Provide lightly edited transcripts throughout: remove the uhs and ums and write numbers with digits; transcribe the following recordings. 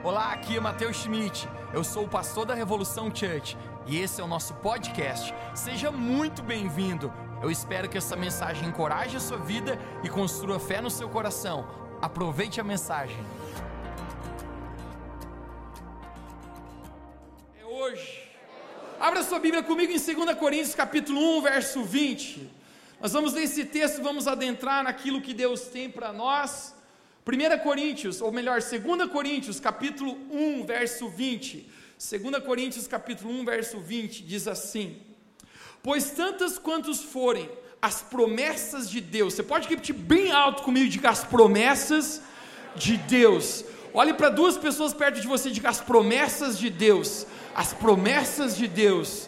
Olá, aqui é Matheus Schmidt, eu sou o pastor da Revolução Church e esse é o nosso podcast. Seja muito bem-vindo, eu espero que essa mensagem encoraje a sua vida e construa fé no seu coração. Aproveite a mensagem. É hoje. Abra sua Bíblia comigo em 2 Coríntios capítulo 1, verso 20. Nós vamos ler esse texto, vamos adentrar naquilo que Deus tem para nós. 2 Coríntios, capítulo 1, verso 20. 2 Coríntios, capítulo 1, verso 20, diz assim: Pois tantas quantos forem as promessas de Deus, você pode repetir bem alto comigo, diga as promessas de Deus. Olhe para duas pessoas perto de você e diga as promessas de Deus. As promessas de Deus.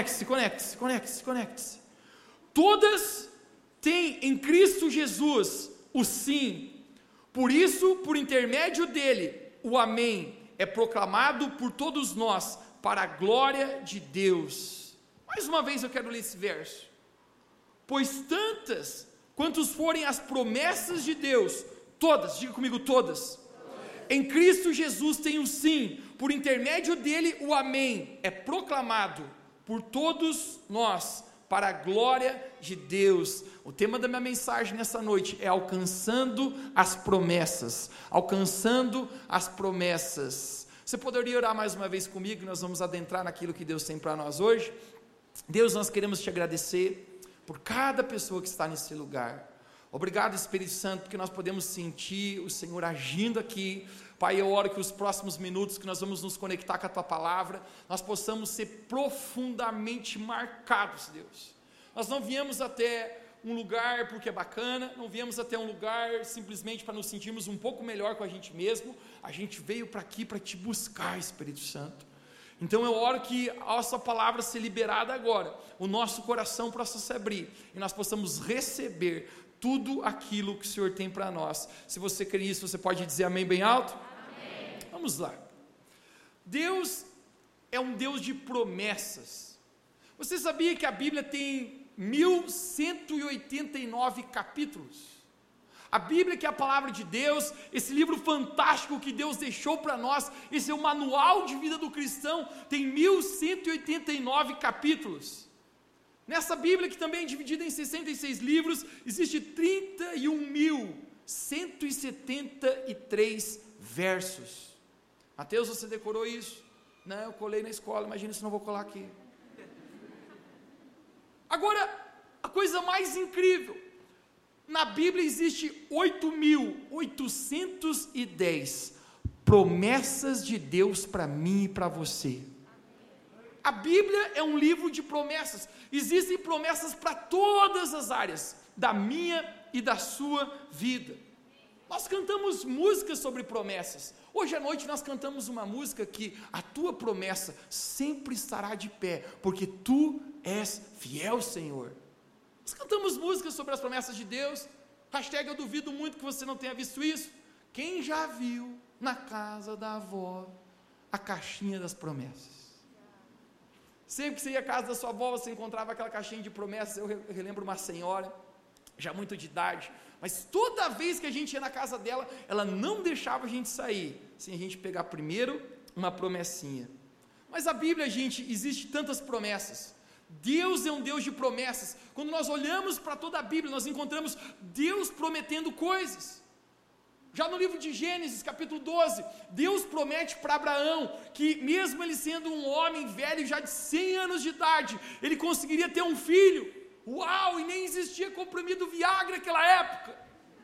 Conecte-se. Todas têm em Cristo Jesus o sim. Por isso, por intermédio dele, o amém é proclamado por todos nós, para a glória de Deus. Mais uma vez eu quero ler esse verso. Pois tantas quantos forem as promessas de Deus, todas, diga comigo, todas. Em Cristo Jesus tem o sim, por intermédio dele o amém é proclamado por todos nós, para a glória de Deus. O tema da minha mensagem nessa noite é alcançando as promessas. Alcançando as promessas. Você poderia orar mais uma vez comigo? Nós vamos adentrar naquilo que Deus tem para nós hoje. Deus, nós queremos te agradecer por cada pessoa que está nesse lugar. Obrigado, Espírito Santo, porque nós podemos sentir o Senhor agindo aqui. Pai, eu oro que os próximos minutos que nós vamos nos conectar com a Tua Palavra, nós possamos ser profundamente marcados, Deus. Nós não viemos até um lugar porque é bacana, não viemos até um lugar simplesmente para nos sentirmos um pouco melhor com a gente mesmo, a gente veio para aqui para Te buscar, Espírito Santo. Então eu oro que a Sua Palavra seja liberada agora, o nosso coração possa se abrir, e nós possamos receber tudo aquilo que o Senhor tem para nós. Se você crê nisso, você pode dizer amém bem alto? Amém. Vamos lá. Deus é um Deus de promessas. Você sabia que a Bíblia tem 1189 capítulos? A Bíblia, que é a palavra de Deus, esse livro fantástico que Deus deixou para nós, esse é o manual de vida do cristão, tem 1189 capítulos. Nessa Bíblia, que também é dividida em 66 livros, existe 31.173 versos. Mateus, você decorou isso? Não, eu colei na escola, imagina se não vou colar aqui. Agora, a coisa mais incrível, na Bíblia existe 8.810 promessas de Deus para mim e para você. A Bíblia é um livro de promessas. Existem promessas para todas as áreas da minha e da sua vida. Nós cantamos músicas sobre promessas. Hoje à noite nós cantamos uma música que a tua promessa sempre estará de pé, porque tu és fiel, Senhor. Nós cantamos músicas sobre as promessas de Deus. Hashtag eu duvido muito que você não tenha visto isso. Quem já viu na casa da avó a caixinha das promessas? Sempre que você ia à casa da sua avó, você encontrava aquela caixinha de promessas. Eu relembro uma senhora, já muito de idade, mas toda vez que a gente ia na casa dela, ela não deixava a gente sair, sem a gente pegar primeiro uma promessinha. Mas a Bíblia, gente, existe tantas promessas. Deus é um Deus de promessas. Quando nós olhamos para toda a Bíblia, nós encontramos Deus prometendo coisas. Já no livro de Gênesis, capítulo 12, Deus promete para Abraão, que mesmo ele sendo um homem velho, já de 100 anos de idade, ele conseguiria ter um filho. Uau, e nem existia comprimido Viagra naquela época.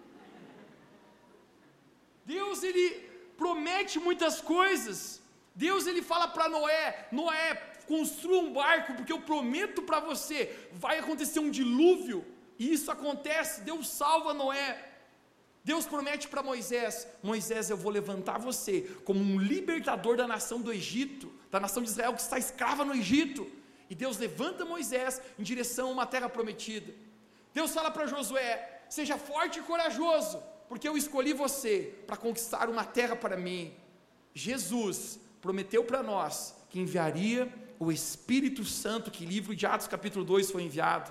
Deus, ele promete muitas coisas. Deus, ele fala para Noé, construa um barco, porque eu prometo para você, vai acontecer um dilúvio, e isso acontece. Deus salva Noé. Deus promete para Moisés, eu vou levantar você como um libertador da nação do Egito, da nação de Israel que está escrava no Egito. E Deus levanta Moisés em direção a uma terra prometida. Deus fala para Josué, seja forte e corajoso, porque eu escolhi você para conquistar uma terra para mim. Jesus prometeu para nós que enviaria o Espírito Santo, que livro de Atos capítulo 2 foi enviado.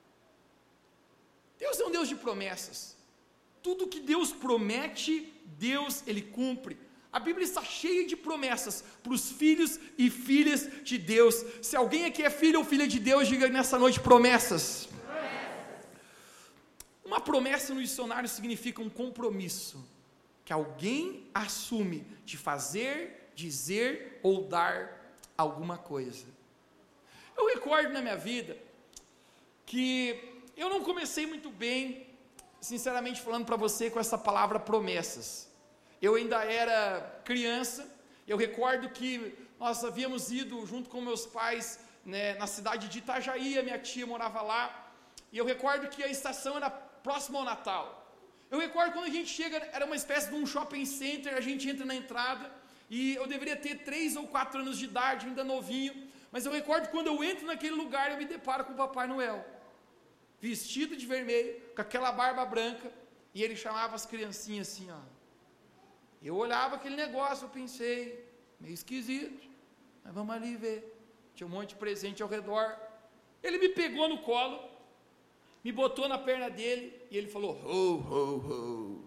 Deus é um Deus de promessas. Tudo que Deus promete, Deus, ele cumpre. A Bíblia está cheia de promessas para os filhos e filhas de Deus. Se alguém aqui é filho ou filha de Deus, diga nessa noite promessas. Uma promessa no dicionário significa um compromisso que alguém assume de fazer, dizer ou dar alguma coisa. Eu recordo na minha vida que eu não comecei muito bem, sinceramente falando para você, com essa palavra promessas. Eu ainda era criança. Eu recordo que nós havíamos ido junto com meus pais, né, na cidade de Itajaí, a minha tia morava lá, e eu recordo que a estação era próxima ao Natal. Eu recordo quando a gente chega, era uma espécie de um shopping center, a gente entra na entrada, e eu deveria ter 3 ou 4 anos de idade, ainda novinho, mas eu recordo quando eu entro naquele lugar, eu me deparo com o Papai Noel, vestido de vermelho, com aquela barba branca, e ele chamava as criancinhas assim, ó. Eu olhava aquele negócio, eu pensei, meio esquisito, mas vamos ali ver, tinha um monte de presente ao redor. Ele me pegou no colo, me botou na perna dele, e ele falou, ho, ho, ho,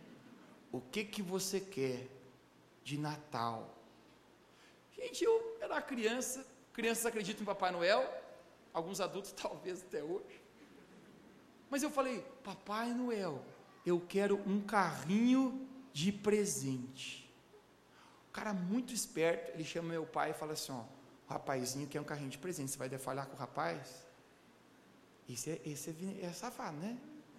o que você quer de Natal? Gente, eu era criança, crianças acreditam em Papai Noel, alguns adultos talvez até hoje, mas eu falei, Papai Noel, eu quero um carrinho de presente. O cara muito esperto, ele chama meu pai e fala assim, ó, o rapazinho quer um carrinho de presente, você vai defalhar com o rapaz? Esse é safado, né?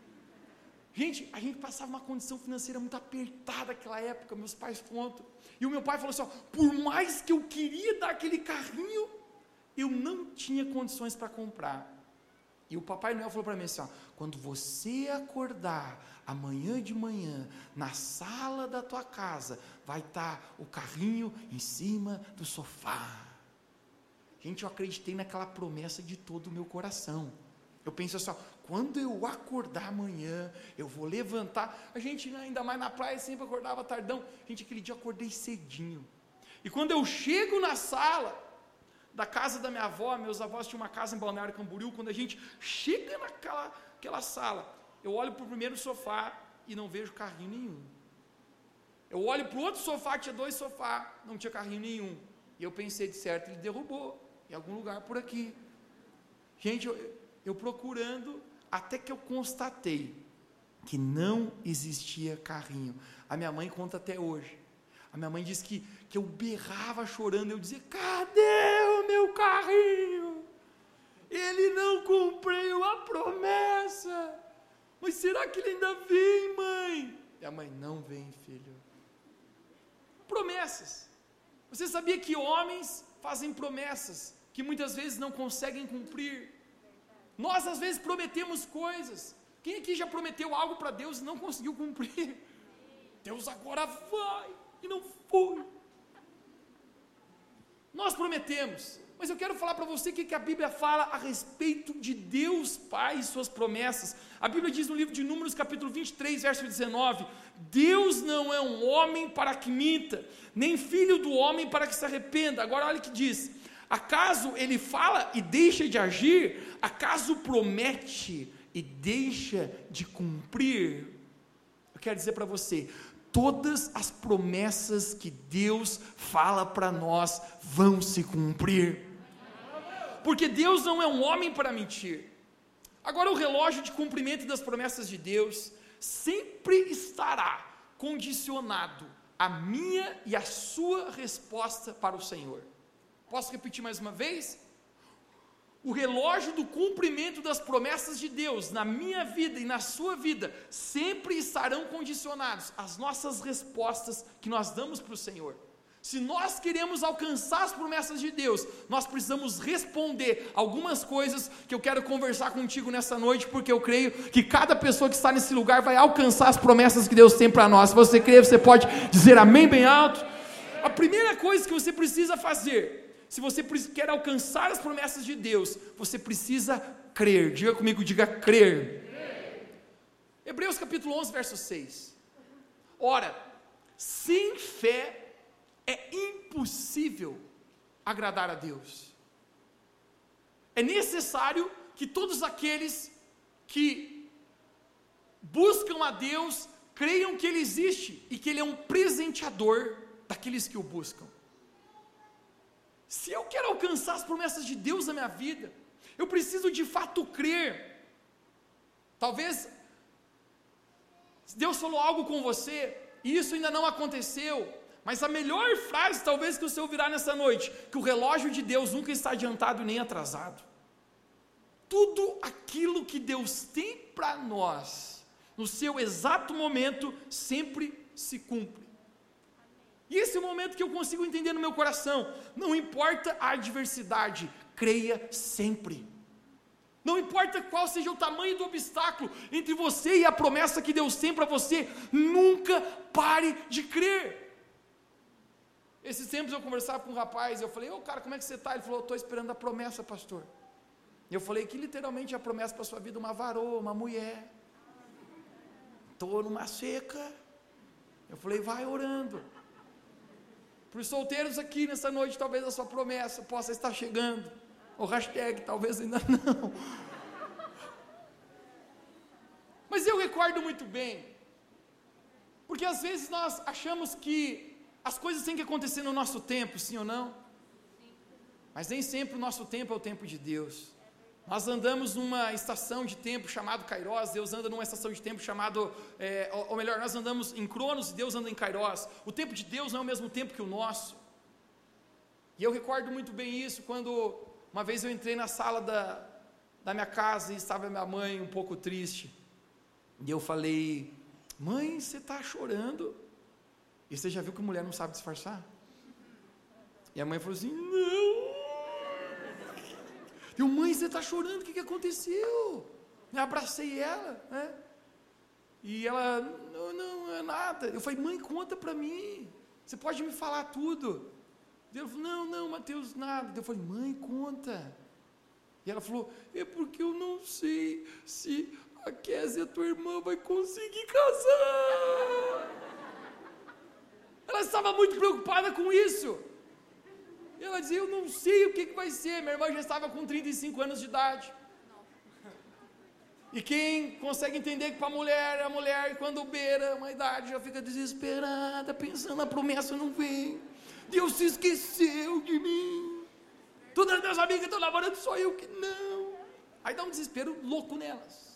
Gente, a gente passava uma condição financeira muito apertada naquela época, meus pais contam, e o meu pai falou assim, ó, por mais que eu queria dar aquele carrinho, eu não tinha condições para comprar. E o Papai Noel falou para mim assim, ó, quando você acordar amanhã de manhã, na sala da tua casa, vai estar o carrinho em cima do sofá. Gente, eu acreditei naquela promessa de todo o meu coração. Eu penso assim, ó, quando eu acordar amanhã, eu vou levantar. A gente, ainda mais na praia, sempre acordava tardão. Gente, aquele dia eu acordei cedinho. E quando eu chego na sala da casa da minha avó, meus avós tinham uma casa em Balneário Camboriú, quando a gente chega naquela sala, eu olho para o primeiro sofá e não vejo carrinho nenhum. Eu olho para o outro sofá, tinha 2 sofás, não tinha carrinho nenhum. E eu pensei, de certo, ele derrubou, em algum lugar por aqui. Gente, eu procurando, até que eu constatei que não existia carrinho. A minha mãe conta até hoje. A minha mãe disse que eu berrava chorando, eu dizia, cadê o meu carrinho? Ele não cumpriu a promessa. Mas será que ele ainda vem, mãe? E a mãe, não vem, filho. Promessas. Você sabia que homens fazem promessas que muitas vezes não conseguem cumprir? Nós às vezes prometemos coisas. Quem aqui já prometeu algo para Deus e não conseguiu cumprir? Deus agora vai e não foi. Nós prometemos, mas eu quero falar para você o que a Bíblia fala a respeito de Deus Pai e suas promessas. A Bíblia diz no livro de Números, capítulo 23, verso 19, Deus não é um homem para que minta, nem filho do homem para que se arrependa. Agora olha o que diz, acaso ele fala e deixa de agir? Acaso promete e deixa de cumprir? Eu quero dizer para você, todas as promessas que Deus fala para nós vão se cumprir, porque Deus não é um homem para mentir. Agora, o relógio de cumprimento das promessas de Deus sempre estará condicionado à minha e à sua resposta para o Senhor. Posso repetir mais uma vez? O relógio do cumprimento das promessas de Deus na minha vida e na sua vida sempre estarão condicionados às nossas respostas que nós damos para o Senhor. Se nós queremos alcançar as promessas de Deus, nós precisamos responder algumas coisas que eu quero conversar contigo nessa noite, porque eu creio que cada pessoa que está nesse lugar vai alcançar as promessas que Deus tem para nós. Se você crê, você pode dizer amém bem alto. A primeira coisa que você precisa fazer, se você quer alcançar as promessas de Deus, você precisa crer. Diga comigo, diga crer. Hebreus capítulo 11, verso 6. Ora, sem fé é impossível agradar a Deus. É necessário que todos aqueles que buscam a Deus creiam que Ele existe e que Ele é um presenteador daqueles que o buscam. Se eu quero alcançar as promessas de Deus na minha vida, eu preciso de fato crer. Talvez Deus falou algo com você, e isso ainda não aconteceu, mas a melhor frase talvez que você ouvirá nessa noite, que o relógio de Deus nunca está adiantado nem atrasado. Tudo aquilo que Deus tem para nós, no seu exato momento, sempre se cumpre. E esse é o momento que eu consigo entender no meu coração. Não importa a adversidade, creia sempre. Não importa qual seja o tamanho do obstáculo entre você e a promessa que Deus tem para você, nunca pare de crer. Esses tempos eu conversava com um rapaz, eu falei, cara, como é que você está? Ele falou, estou esperando a promessa, pastor. Eu falei que literalmente a promessa para a sua vida é uma varoa, uma mulher. Estou numa seca. Eu falei, vai orando. Para os solteiros aqui nessa noite, talvez a sua promessa possa estar chegando. O hashtag, talvez ainda não. Mas eu recordo muito bem, porque às vezes nós achamos que as coisas têm que acontecer no nosso tempo, sim ou não? Mas nem sempre o nosso tempo é o tempo de Deus. Nós andamos numa estação de tempo chamado Kairos, Deus anda numa estação de tempo chamado, ou melhor, nós andamos em Cronos e Deus anda em Kairos. O tempo de Deus não é o mesmo tempo que o nosso. E eu recordo muito bem isso, quando uma vez eu entrei na sala da minha casa e estava minha mãe um pouco triste. E eu falei, mãe, você está chorando? E você já viu que mulher não sabe disfarçar? E a mãe falou assim, não. Eu, mãe, você está chorando, o que aconteceu? Eu abracei ela, né? E ela, não é nada. Eu falei, mãe, conta para mim, você pode me falar tudo. Ela falou, não, Mateus, nada. Eu falei, mãe, conta. E ela falou, é porque eu não sei se a Kézia, tua irmã, vai conseguir casar. Ela estava muito preocupada com isso. Ela dizia, eu não sei o que vai ser. Minha irmã já estava com 35 anos de idade. E quem consegue entender que para a mulher, quando beira uma idade, já fica desesperada, pensando, a promessa não vem. Deus se esqueceu de mim. Todas as minhas amigas estão namorando, só eu que não. Aí dá um desespero louco nelas.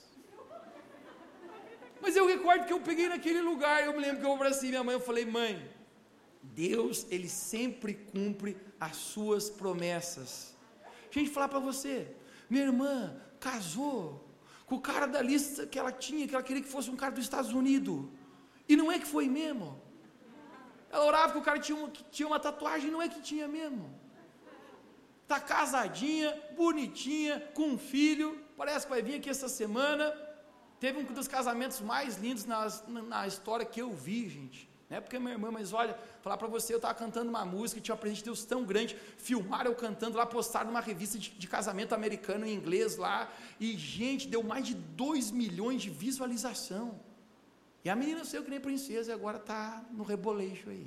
Mas eu recordo que eu peguei naquele lugar, eu me lembro que eu abracei minha mãe, eu falei, mãe, Deus, Ele sempre cumpre as suas promessas. Gente, falar para você, minha irmã casou com o cara da lista que ela tinha, que ela queria que fosse um cara dos Estados Unidos, e não é que foi mesmo. Ela orava que o cara tinha uma tatuagem, não é que tinha mesmo. Está casadinha, bonitinha, com um filho, parece que vai vir aqui essa semana. Teve um dos casamentos mais lindos na história que eu vi, gente. Não é porque é minha irmã, mas olha, falar para você, eu estava cantando uma música, tinha um presente de Deus tão grande, filmaram eu cantando lá, postaram numa revista de casamento americano em inglês lá, e gente, deu mais de 2 milhões de visualização. E a menina saiu que nem princesa e agora está no reboleixo aí.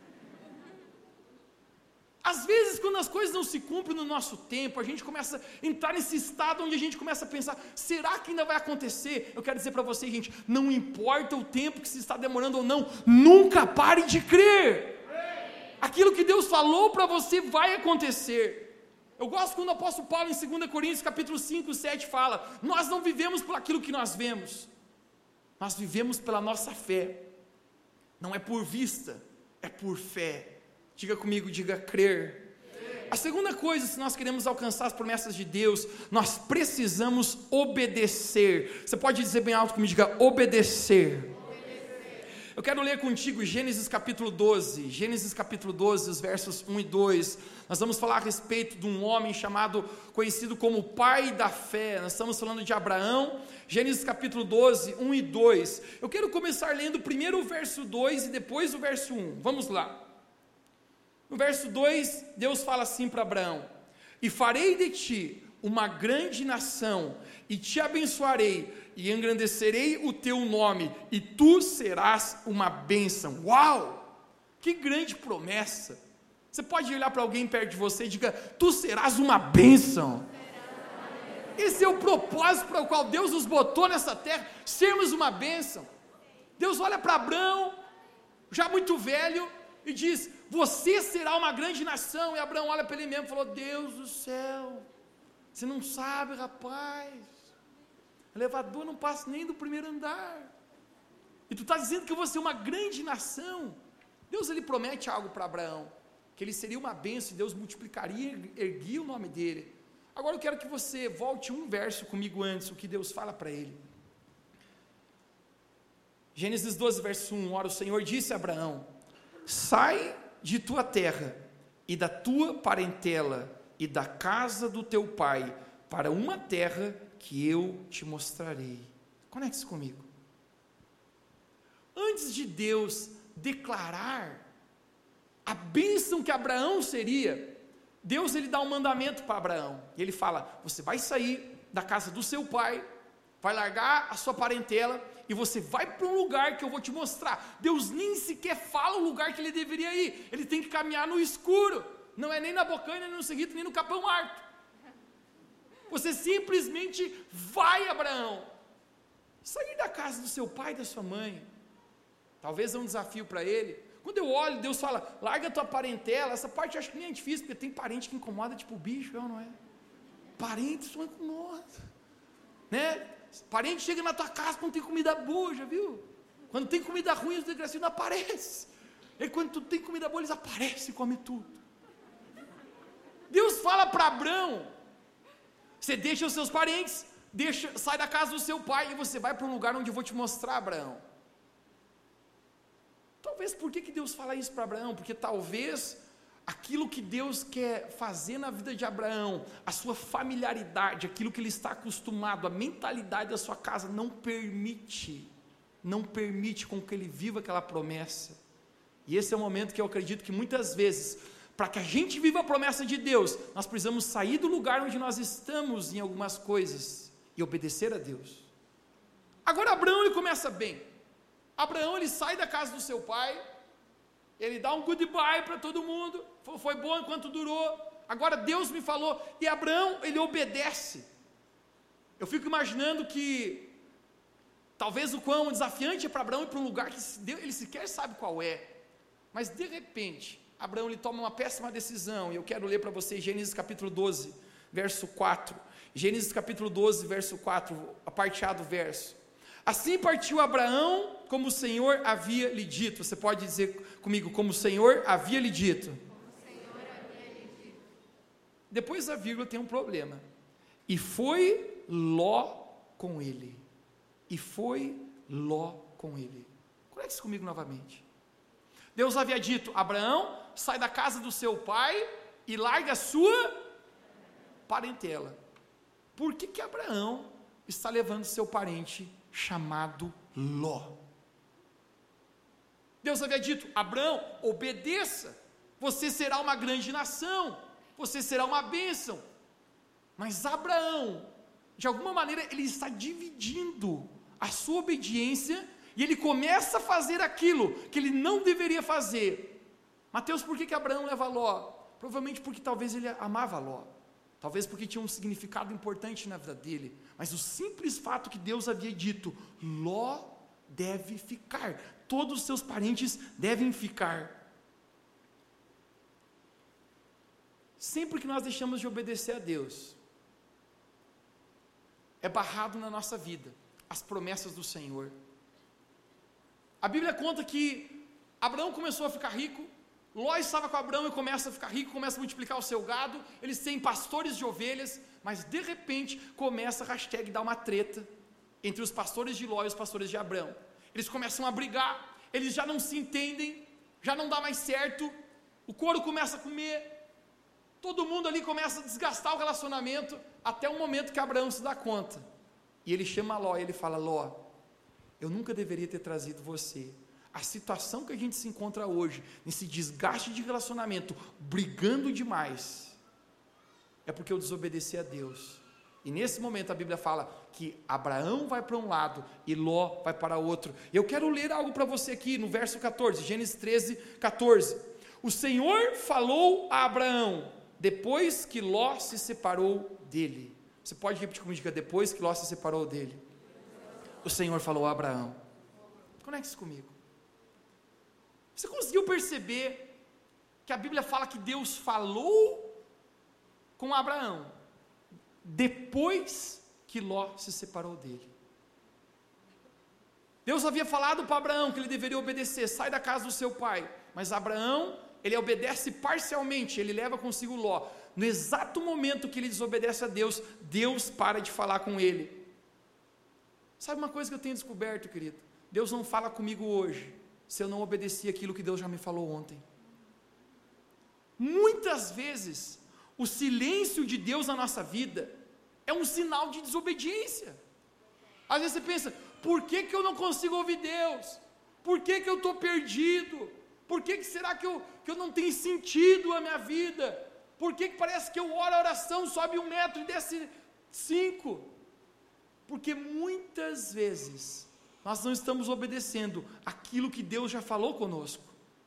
Às vezes, quando as coisas não se cumprem no nosso tempo, a gente começa a entrar nesse estado onde a gente começa a pensar, será que ainda vai acontecer? Eu quero dizer para vocês, gente, não importa o tempo que se está demorando ou não, nunca pare de crer. Aquilo que Deus falou para você vai acontecer. Eu gosto quando o apóstolo Paulo em 2 Coríntios capítulo 5, 7 fala, nós não vivemos por aquilo que nós vemos, nós vivemos pela nossa fé. Não é por vista, é por fé. Diga comigo, diga crer. A segunda coisa, se nós queremos alcançar as promessas de Deus, nós precisamos obedecer. Você pode dizer bem alto comigo, diga obedecer. Eu quero ler contigo Gênesis capítulo 12, Gênesis capítulo 12, os versos 1 e 2, nós vamos falar a respeito de um homem conhecido como pai da fé, nós estamos falando de Abraão, Gênesis capítulo 12, 1 e 2, eu quero começar lendo primeiro o verso 2 e depois o verso 1, vamos lá. No verso 2, Deus fala assim para Abraão, e farei de ti uma grande nação, e te abençoarei, e engrandecerei o teu nome, e tu serás uma bênção. Uau! Que grande promessa! Você pode olhar para alguém perto de você e diga, tu serás uma bênção. Esse é o propósito para o qual Deus nos botou nessa terra, sermos uma bênção. Deus olha para Abraão, já muito velho, e diz: você será uma grande nação. E Abraão olha para ele mesmo e falou: Deus do céu, você não sabe, rapaz, o elevador não passa nem do primeiro andar, e tu está dizendo que eu vou ser uma grande nação. Deus, ele promete algo para Abraão, que ele seria uma bênção, e Deus multiplicaria, erguia o nome dele. Agora eu quero que você volte um verso comigo antes, o que Deus fala para ele. Gênesis 12, verso 1, ora o Senhor disse a Abraão: sai de tua terra, e da tua parentela, e da casa do teu pai, para uma terra que eu te mostrarei. Conecte-se comigo. Antes de Deus declarar a bênção que Abraão seria, Deus, ele dá um mandamento para Abraão, e ele fala: você vai sair da casa do seu pai, vai largar a sua parentela, e você vai para um lugar que eu vou te mostrar. Deus nem sequer fala o lugar que ele deveria ir, ele tem que caminhar no escuro, não é nem na Bocaina, nem no Cerrito, nem no Capão Alto. Você simplesmente vai, Abraão, sair da casa do seu pai e da sua mãe. Talvez é um desafio para ele. Quando eu olho, Deus fala: larga a tua parentela. Essa parte eu acho que nem é difícil, porque tem parente que incomoda tipo bicho, não é? Parente só incomoda, né? Parente chega na tua casa quando tem comida boa, já viu? Quando tem comida ruim, os desgraçados não aparecem. E quando tu tem comida boa, eles aparecem e comem tudo. Deus fala para Abraão: você deixa os seus parentes, sai da casa do seu pai, e você vai para um lugar onde eu vou te mostrar, Abraão. Talvez, por que Deus fala isso para Abraão? Porque talvez aquilo que Deus quer fazer na vida de Abraão, a sua familiaridade, aquilo que ele está acostumado, a mentalidade da sua casa não permite com que ele viva aquela promessa. E esse é o momento que eu acredito que muitas vezes, para que a gente viva a promessa de Deus, nós precisamos sair do lugar onde nós estamos em algumas coisas e obedecer a Deus. Agora Abraão, ele começa bem. Abraão, ele sai da casa do seu pai, ele dá um goodbye para todo mundo, foi bom enquanto durou, agora Deus me falou, e Abraão, ele obedece. Eu fico imaginando que, talvez o quão desafiante é para Abraão ir para um lugar que ele sequer sabe qual é, mas de repente, Abraão, ele toma uma péssima decisão, e eu quero ler para vocês Gênesis capítulo 12, verso 4, Gênesis capítulo 12, verso 4, a parte A do verso. Assim partiu Abraão, como o Senhor havia lhe dito. Você pode dizer comigo: como o Senhor havia lhe dito. Depois da vírgula tem um problema. E foi Ló com ele. E foi Ló com ele. Conecte-se comigo novamente. Deus havia dito: Abraão, sai da casa do seu pai e larga a sua parentela. Por que Abraão está levando seu parente chamado Ló? Deus havia dito: Abraão, obedeça, você será uma grande nação, você será uma bênção. Mas Abraão, de alguma maneira, ele está dividindo a sua obediência, e ele começa a fazer aquilo que ele não deveria fazer. Mateus, por que Abraão leva Ló? Provavelmente porque talvez ele amava Ló, talvez porque tinha um significado importante na vida dele, mas o simples fato que Deus havia dito: Ló deve ficar, todos os seus parentes devem ficar. Sempre que nós deixamos de obedecer a Deus, é barrado na nossa vida as promessas do Senhor. A Bíblia conta que Abraão começou a ficar rico, Ló estava com Abraão e começa a ficar rico, começa a multiplicar o seu gado, eles têm pastores de ovelhas, mas de repente começa a dar uma treta entre os pastores de Ló e os pastores de Abraão. Eles começam a brigar, eles já não se entendem, já não dá mais certo, o couro começa a comer, todo mundo ali começa a desgastar o relacionamento, até o momento que Abraão se dá conta, e ele chama Ló e ele fala: Ló, eu nunca deveria ter trazido você. A situação que a gente se encontra hoje, nesse desgaste de relacionamento, brigando demais, é porque eu desobedeci a Deus. E nesse momento a Bíblia fala que Abraão vai para um lado e Ló vai para outro. Eu quero ler algo para você aqui no verso 14, Gênesis 13, 14. O Senhor falou a Abraão, depois que Ló se separou dele. Você pode repetir comigo: depois que Ló se separou dele, o Senhor falou a Abraão. Conecte-se comigo. Você conseguiu perceber que a Bíblia fala que Deus falou com Abraão depois que Ló se separou dele? Deus havia falado para Abraão que ele deveria obedecer, sai da casa do seu pai, mas Abraão, ele obedece parcialmente, ele leva consigo Ló. No exato momento que ele desobedece a Deus, Deus para de falar com ele. Sabe uma coisa que eu tenho descoberto, querido? Deus não fala comigo hoje, se eu não obedecer aquilo que Deus já me falou ontem. Muitas vezes, o silêncio de Deus na nossa vida é um sinal de desobediência. Às vezes você pensa, por que eu não consigo ouvir Deus? Por que eu estou perdido? Por que será que eu não tenho sentido a minha vida? Por que parece que eu oro a oração, sobe 1 metro e desce 5? Porque muitas vezes nós não estamos obedecendo aquilo que Deus já falou conosco.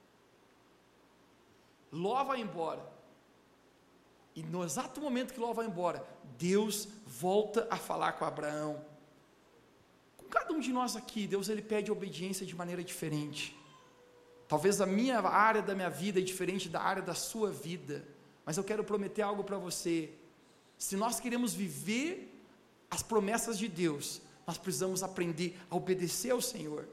Ló vai embora, e no exato momento que Ló vai embora, Deus volta a falar com Abraão. Com cada um de nós aqui, Deus ele pede obediência de maneira diferente. Talvez a minha área da minha vida é diferente da área da sua vida, mas eu quero prometer algo para você. Se nós queremos viver as promessas de Deus, nós precisamos aprender a obedecer ao Senhor.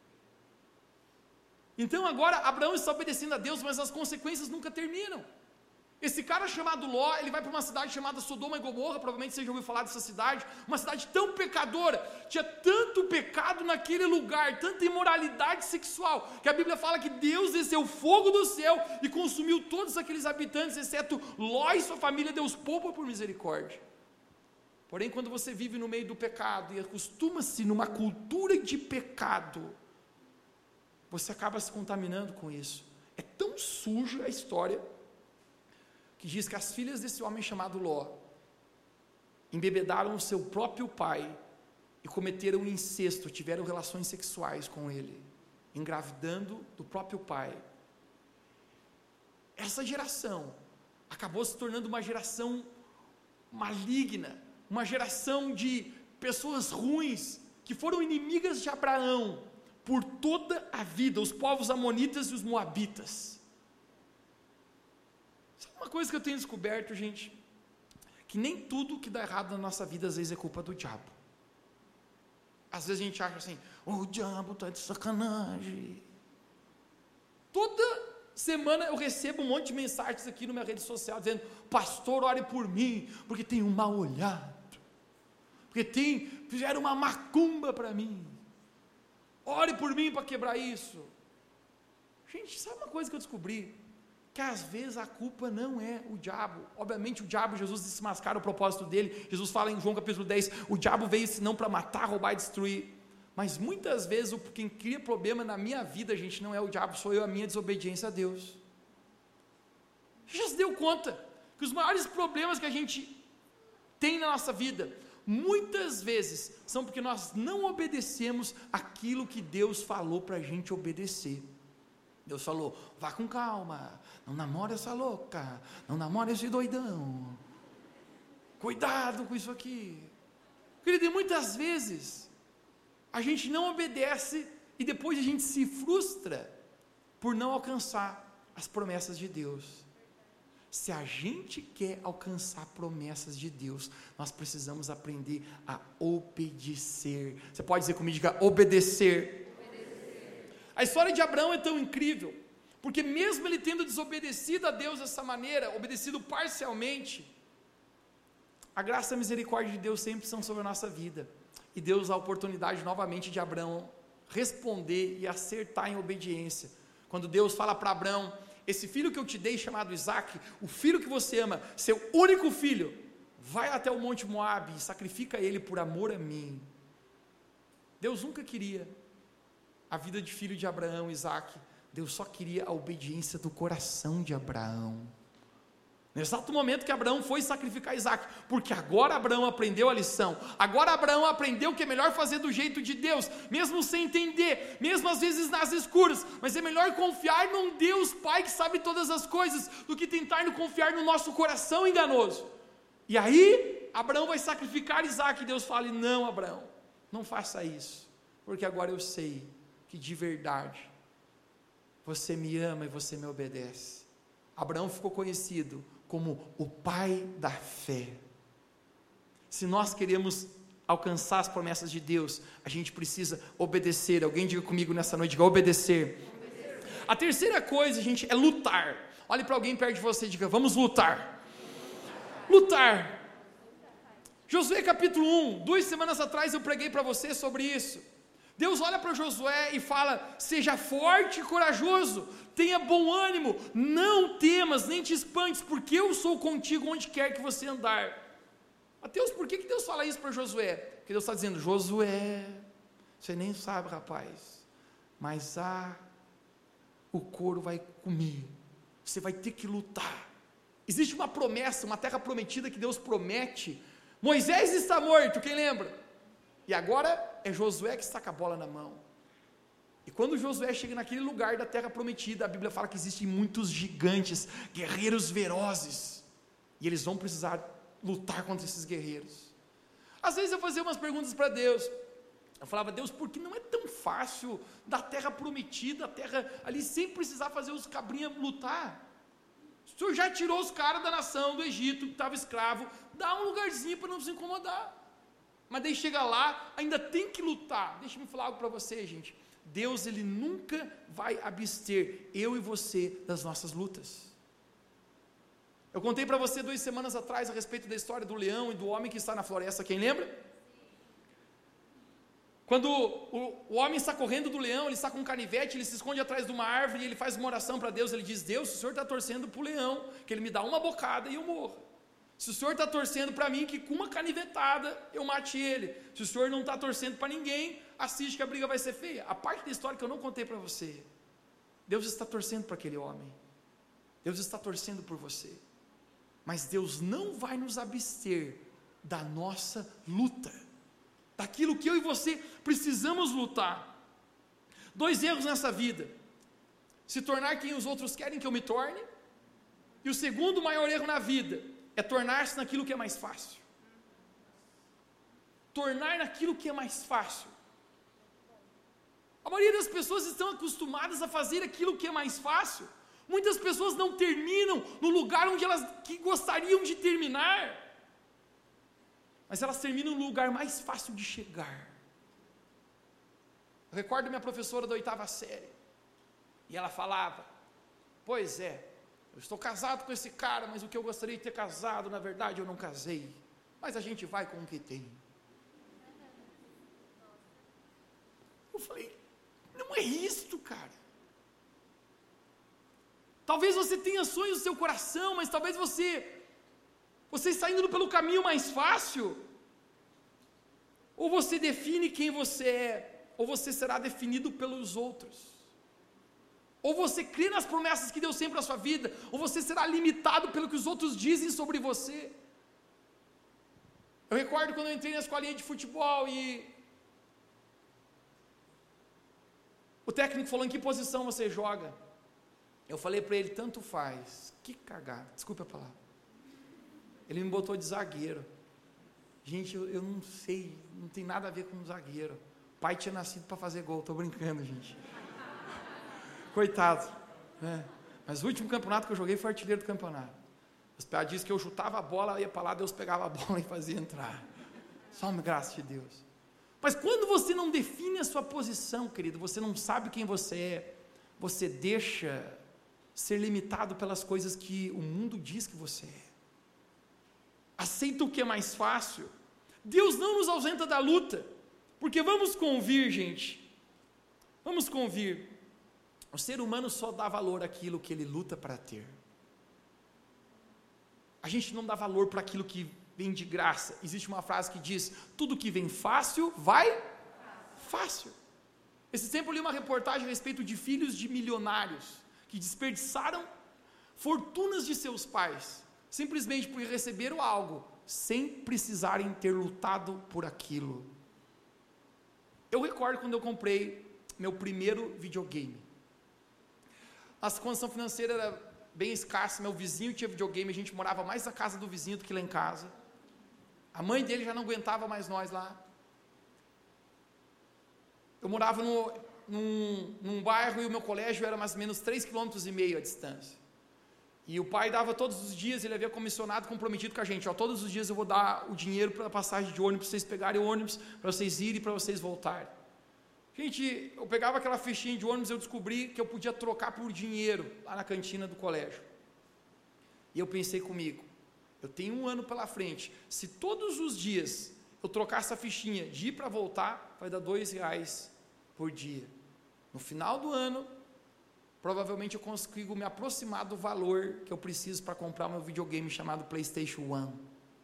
Então agora Abraão está obedecendo a Deus, mas as consequências nunca terminam. Esse cara chamado Ló, ele vai para uma cidade chamada Sodoma e Gomorra, provavelmente você já ouviu falar dessa cidade, uma cidade tão pecadora, tinha tanto pecado naquele lugar, tanta imoralidade sexual, que a Bíblia fala que Deus desceu fogo do céu e consumiu todos aqueles habitantes, exceto Ló e sua família. Deus poupa por misericórdia. Porém, quando você vive no meio do pecado e acostuma-se numa cultura de pecado, você acaba se contaminando com isso. É tão suja a história, que diz que as filhas desse homem chamado Ló embebedaram o seu próprio pai e cometeram incesto, tiveram relações sexuais com ele, engravidando do próprio pai. Essa geração acabou se tornando uma geração maligna, uma geração de pessoas ruins, que foram inimigas de Abraão por toda a vida, os povos amonitas e os moabitas. Sabe uma coisa que eu tenho descoberto, gente? Que nem tudo que dá errado na nossa vida, às vezes, é culpa do diabo. Às vezes a gente acha assim, o diabo está de sacanagem. Toda semana eu recebo um monte de mensagens aqui na minha rede social, dizendo, pastor, ore por mim, porque tem um mal olhado, porque fizeram uma macumba para mim, ore por mim para quebrar isso. Gente, sabe uma coisa que eu descobri? Que às vezes a culpa não é o diabo. Obviamente o diabo, Jesus desmascara o propósito dele. Jesus fala em João capítulo 10, o diabo veio senão para matar, roubar e destruir. Mas muitas vezes quem cria problema na minha vida, gente, não é o diabo, sou eu, a minha desobediência a Deus. Você já se deu conta que os maiores problemas que a gente tem na nossa vida, muitas vezes são porque nós não obedecemos aquilo que Deus falou para a gente obedecer. Deus falou, vá com calma, não namore essa louca, não namore esse doidão, cuidado com isso aqui. Querido, e muitas vezes a gente não obedece e depois a gente se frustra por não alcançar as promessas de Deus. Se a gente quer alcançar promessas de Deus, nós precisamos aprender a obedecer. Você pode dizer comigo, diga, obedecer. A história de Abraão é tão incrível, porque mesmo ele tendo desobedecido a Deus dessa maneira, obedecido parcialmente, a graça e a misericórdia de Deus sempre são sobre a nossa vida, e Deus dá a oportunidade novamente de Abraão responder e acertar em obediência, quando Deus fala para Abraão, esse filho que eu te dei chamado Isaque, o filho que você ama, seu único filho, vai até o monte Moabe e sacrifica ele por amor a mim. Deus nunca queria a vida de filho de Abraão, Isaque. Deus só queria a obediência do coração de Abraão. No exato momento que Abraão foi sacrificar Isaque, porque agora Abraão aprendeu a lição, agora Abraão aprendeu que é melhor fazer do jeito de Deus, mesmo sem entender, mesmo às vezes nas escuras, mas é melhor confiar num Deus Pai que sabe todas as coisas, do que tentar confiar no nosso coração enganoso. E aí, Abraão vai sacrificar Isaque, e Deus fala, não Abraão, não faça isso, porque agora eu sei que de verdade você me ama e você me obedece. Abraão ficou conhecido como o pai da fé. Se nós queremos alcançar as promessas de Deus, a gente precisa obedecer. Alguém diga comigo nessa noite, diga obedecer. A terceira coisa, gente, é lutar. Olhe para alguém perto de você e diga, vamos lutar. Lutar. Josué capítulo 1, 2 semanas atrás eu preguei para você sobre isso. Deus olha para Josué e fala, seja forte e corajoso, tenha bom ânimo, não temas, nem te espantes, porque eu sou contigo onde quer que você andar. Mateus, por que Deus fala isso para Josué? Porque Deus está dizendo, Josué, você nem sabe, rapaz, mas o couro vai comer, você vai ter que lutar. Existe uma promessa, uma terra prometida que Deus promete. Moisés está morto, quem lembra? E agora é Josué que está com a bola na mão. E quando Josué chega naquele lugar da terra prometida, a Bíblia fala que existem muitos gigantes, guerreiros velozes, e eles vão precisar lutar contra esses guerreiros. Às vezes eu fazia umas perguntas para Deus, eu falava, Deus, por que não é tão fácil da terra prometida, a terra ali, sem precisar fazer os cabrinhas lutar? O Senhor já tirou os caras da nação do Egito, que estava escravo, dá um lugarzinho para não se incomodar. Mas daí chega lá, ainda tem que lutar. Deixa eu falar algo para você, gente. Deus, Ele nunca vai abster eu e você das nossas lutas. Eu contei para você 2 semanas atrás a respeito da história do leão e do homem que está na floresta, quem lembra? Quando o homem está correndo do leão, ele está com um canivete, ele se esconde atrás de uma árvore e ele faz uma oração para Deus, ele diz, Deus, se o Senhor está torcendo para o leão, que ele me dá uma bocada e eu morro. Se o Senhor está torcendo para mim, que com uma canivetada eu mate ele. Se o Senhor não está torcendo para ninguém, assiste que a briga vai ser feia. A parte da história que eu não contei para você, Deus está torcendo para aquele homem, Deus está torcendo por você, mas Deus não vai nos abster da nossa luta, daquilo que eu e você precisamos lutar. 2 erros nessa vida: se tornar quem os outros querem que eu me torne, e o segundo maior erro na vida é tornar-se naquilo que é mais fácil. Tornar naquilo que é mais fácil. A maioria das pessoas estão acostumadas a fazer aquilo que é mais fácil. Muitas pessoas não terminam no lugar onde elas que gostariam de terminar, mas elas terminam no lugar mais fácil de chegar. Eu recordo minha professora da 8ª série, e ela falava, pois é, eu estou casado com esse cara, mas o que eu gostaria de ter casado, na verdade eu não casei, mas a gente vai com o que tem. Eu falei, não é isto, cara. Talvez você tenha sonhos no seu coração, mas talvez você está indo pelo caminho mais fácil. Ou você define quem você é, ou você será definido pelos outros. Ou você crê nas promessas que Deus tem para a sua vida, ou você será limitado pelo que os outros dizem sobre você. Eu recordo quando eu entrei na escolinha de futebol e o técnico falou, em que posição você joga? Eu falei para ele, tanto faz. Que cagada, desculpe a palavra. Ele me botou de zagueiro. Gente, eu não sei, não tem nada a ver com zagueiro. O pai tinha nascido para fazer gol, estou brincando, gente. Coitado, né? Mas o último campeonato que eu joguei foi artilheiro do campeonato. Os pais dizem que eu chutava a bola, ia para lá, Deus pegava a bola e fazia entrar. Só uma graça de Deus. Mas quando você não define a sua posição, querido, você não sabe quem você é, você deixa ser limitado pelas coisas que o mundo diz que você é. Aceita o que é mais fácil. Deus não nos ausenta da luta, porque vamos convir, gente, vamos convir, o ser humano só dá valor àquilo que ele luta para ter. A gente não dá valor para aquilo que vem de graça. Existe uma frase que diz, tudo que vem fácil, vai fácil. Esse tempo eu li uma reportagem a respeito de filhos de milionários, que desperdiçaram fortunas de seus pais, simplesmente porque receberam algo, sem precisarem ter lutado por aquilo. Eu recordo quando eu comprei meu primeiro videogame. A condição financeira era bem escassa, meu vizinho tinha videogame, a gente morava mais na casa do vizinho do que lá em casa. A mãe dele já não aguentava mais nós lá. Eu morava num bairro e o meu colégio era mais ou menos 3,5 km a distância. E o pai dava todos os dias, ele havia comissionado, comprometido com a gente, todos os dias eu vou dar o dinheiro para a passagem de ônibus, para vocês pegarem o ônibus, para vocês irem e para vocês voltarem. Gente, eu pegava aquela fichinha de ônibus, eu descobri que eu podia trocar por dinheiro lá na cantina do colégio. E eu pensei comigo, eu tenho 1 ano pela frente, se todos os dias eu trocar essa fichinha de ir para voltar, vai dar R$2 por dia. No final do ano, provavelmente eu consigo me aproximar do valor que eu preciso para comprar meu videogame chamado PlayStation 1.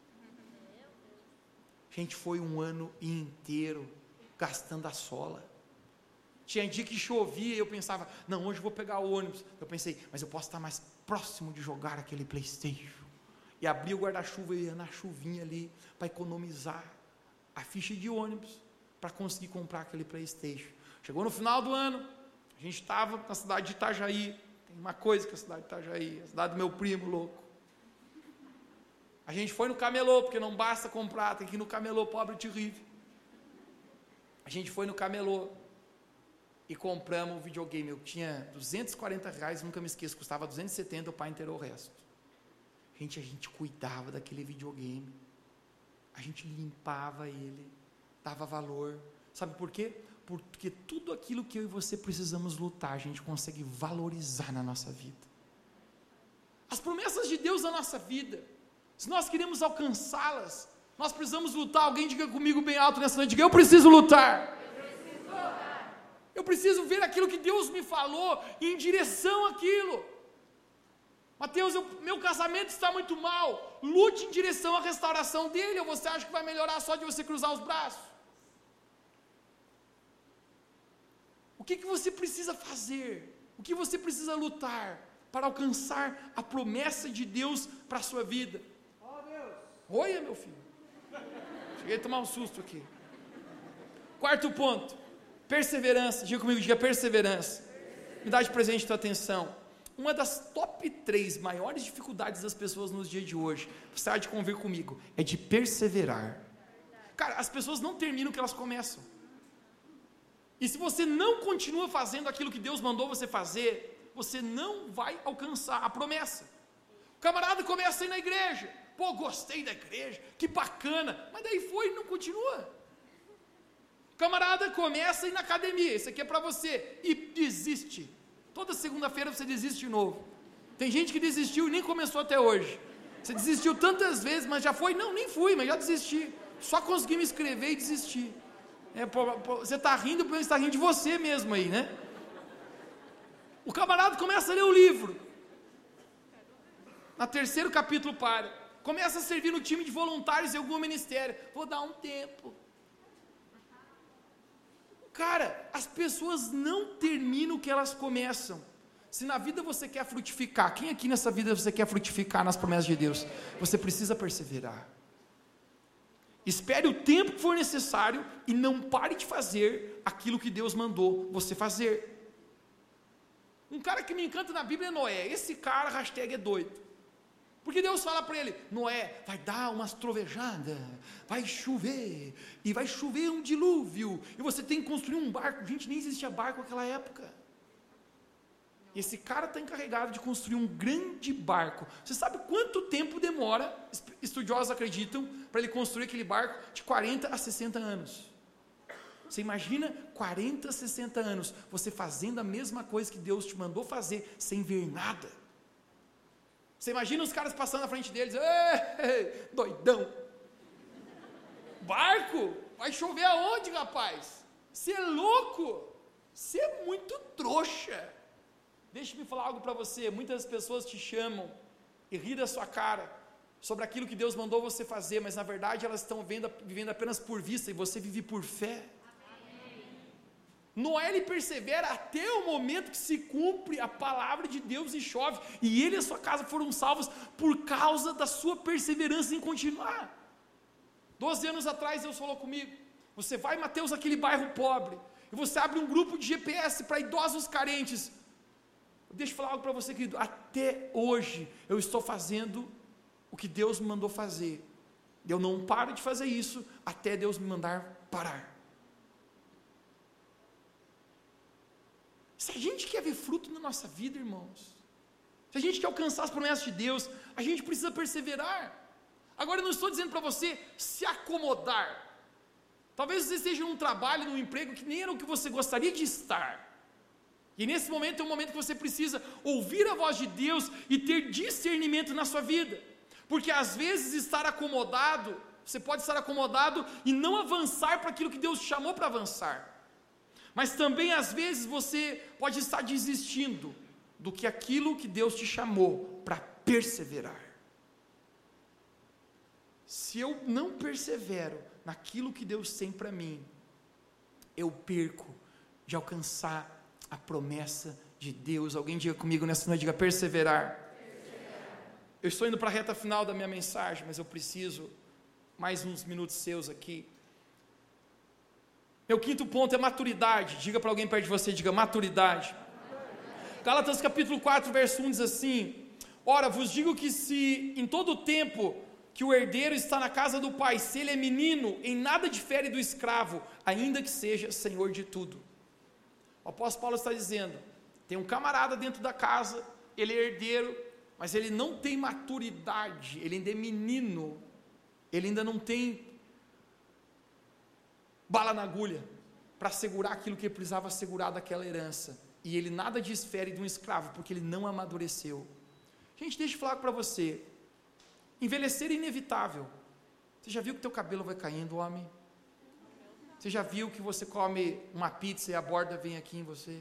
Gente, foi 1 ano inteiro gastando a sola. Tinha dia que chovia e eu pensava, não, hoje eu vou pegar o ônibus. Eu pensei, mas eu posso estar mais próximo de jogar aquele PlayStation. E abria o guarda-chuva e ia na chuvinha ali para economizar a ficha de ônibus para conseguir comprar aquele PlayStation. Chegou no final do ano, a gente estava na cidade de Itajaí. Tem uma coisa que a cidade de Itajaí, a cidade do meu primo louco. A gente foi no camelô, porque não basta comprar, tem que ir no camelô, pobre e terrível. A gente foi no camelô e compramos o videogame. Eu tinha R$240, nunca me esqueço, custava 270, o pai inteirou o resto. A gente cuidava daquele videogame, a gente limpava ele, dava valor. Sabe por quê? Porque tudo aquilo que eu e você precisamos lutar, a gente consegue valorizar na nossa vida. As promessas de Deus na nossa vida, se nós queremos alcançá-las, nós precisamos lutar. Alguém diga comigo bem alto nessa noite, diga, eu preciso lutar. Eu preciso ver aquilo que Deus me falou e em direção àquilo. Mateus, meu casamento está muito mal. Lute em direção à restauração dele, ou você acha que vai melhorar só de você cruzar os braços? O que você precisa fazer? O que você precisa lutar para alcançar a promessa de Deus para a sua vida? Oi, meu filho. Cheguei a tomar um susto aqui. 4º ponto, perseverança. Diga comigo, diga perseverança. Me dá de presente a tua atenção. Uma das top 3 maiores dificuldades das pessoas nos dias de hoje, você há de convir comigo, é de perseverar. Cara, as pessoas não terminam o que elas começam. E se você não continua fazendo aquilo que Deus mandou você fazer, você não vai alcançar a promessa. O camarada começa a ir na igreja, pô, gostei da igreja, que bacana, mas daí foi e não continua. O camarada começa a ir na academia, isso aqui é para você, e desiste. Toda segunda-feira você desiste de novo. Tem gente que desistiu e nem começou até hoje. Você desistiu tantas vezes, mas já foi? Não, nem fui, mas já desisti. Só consegui me inscrever e desistir. Você está rindo, porque você está rindo de você mesmo aí, né? O camarada começa a ler o livro. No 3º capítulo para. Começa a servir no time de voluntários em algum ministério. Vou dar um tempo. Cara, as pessoas não terminam o que elas começam. Se na vida você quer frutificar, quem aqui nessa vida você quer frutificar nas promessas de Deus? Você precisa perseverar. Espere o tempo que for necessário e não pare de fazer aquilo que Deus mandou você fazer. Um cara que me encanta na Bíblia é Noé. Esse cara, hashtag é doido. Porque Deus fala para ele, Noé, vai dar umas trovejadas, vai chover, e vai chover um dilúvio, e você tem que construir um barco. Gente, nem existia barco naquela época. Esse cara está encarregado de construir um grande barco. Você sabe quanto tempo demora, estudiosos acreditam, para ele construir aquele barco? De 40 a 60 anos. Você imagina 40 a 60 anos, você fazendo a mesma coisa que Deus te mandou fazer, sem ver nada. Você imagina os caras passando na frente deles, ei, doidão. Barco? Vai chover aonde, rapaz? Você é louco? Você é muito trouxa. Deixa-me falar algo para você. Muitas pessoas te chamam e ri da sua cara sobre aquilo que Deus mandou você fazer, mas na verdade elas estão vivendo apenas por vista e você vive por fé. Noé, ele persevera até o momento que se cumpre a palavra de Deus e chove, e ele e a sua casa foram salvos por causa da sua perseverança em continuar. 12 anos atrás Deus falou comigo, você vai, Mateus, aquele bairro pobre, e você abre um grupo de GPS para idosos carentes. Deixa eu falar algo para você, querido, até hoje eu estou fazendo o que Deus me mandou fazer, eu não paro de fazer isso, até Deus me mandar parar. Se a gente quer ver fruto na nossa vida, irmãos, se a gente quer alcançar as promessas de Deus, a gente precisa perseverar. Agora eu não estou dizendo para você se acomodar. Talvez você esteja num trabalho, num emprego que nem era o que você gostaria de estar. E nesse momento é um momento que você precisa ouvir a voz de Deus e ter discernimento na sua vida. Porque às vezes você pode estar acomodado e não avançar para aquilo que Deus te chamou para avançar. Mas também às vezes você pode estar desistindo do que aquilo que Deus te chamou para perseverar. Se eu não persevero naquilo que Deus tem para mim, eu perco de alcançar a promessa de Deus. Alguém diga comigo nessa noite, diga perseverar. Eu estou indo para a reta final da minha mensagem, mas eu preciso mais uns minutos seus aqui. Meu quinto ponto é maturidade. Diga para alguém perto de você, diga maturidade. Gálatas capítulo 4, verso 1 diz assim: ora, vos digo que se em todo o tempo que o herdeiro está na casa do pai, se ele é menino, em nada difere do escravo, ainda que seja senhor de tudo. O apóstolo Paulo está dizendo, tem um camarada dentro da casa, ele é herdeiro, mas ele não tem maturidade, ele ainda é menino, ele ainda não tem bala na agulha, para segurar aquilo que ele precisava segurar daquela herança, e ele nada difere de um escravo, porque ele não amadureceu. Gente, deixa eu falar para você, envelhecer é inevitável. Você já viu que teu cabelo vai caindo, homem? Você já viu que você come uma pizza e a borda vem aqui em você?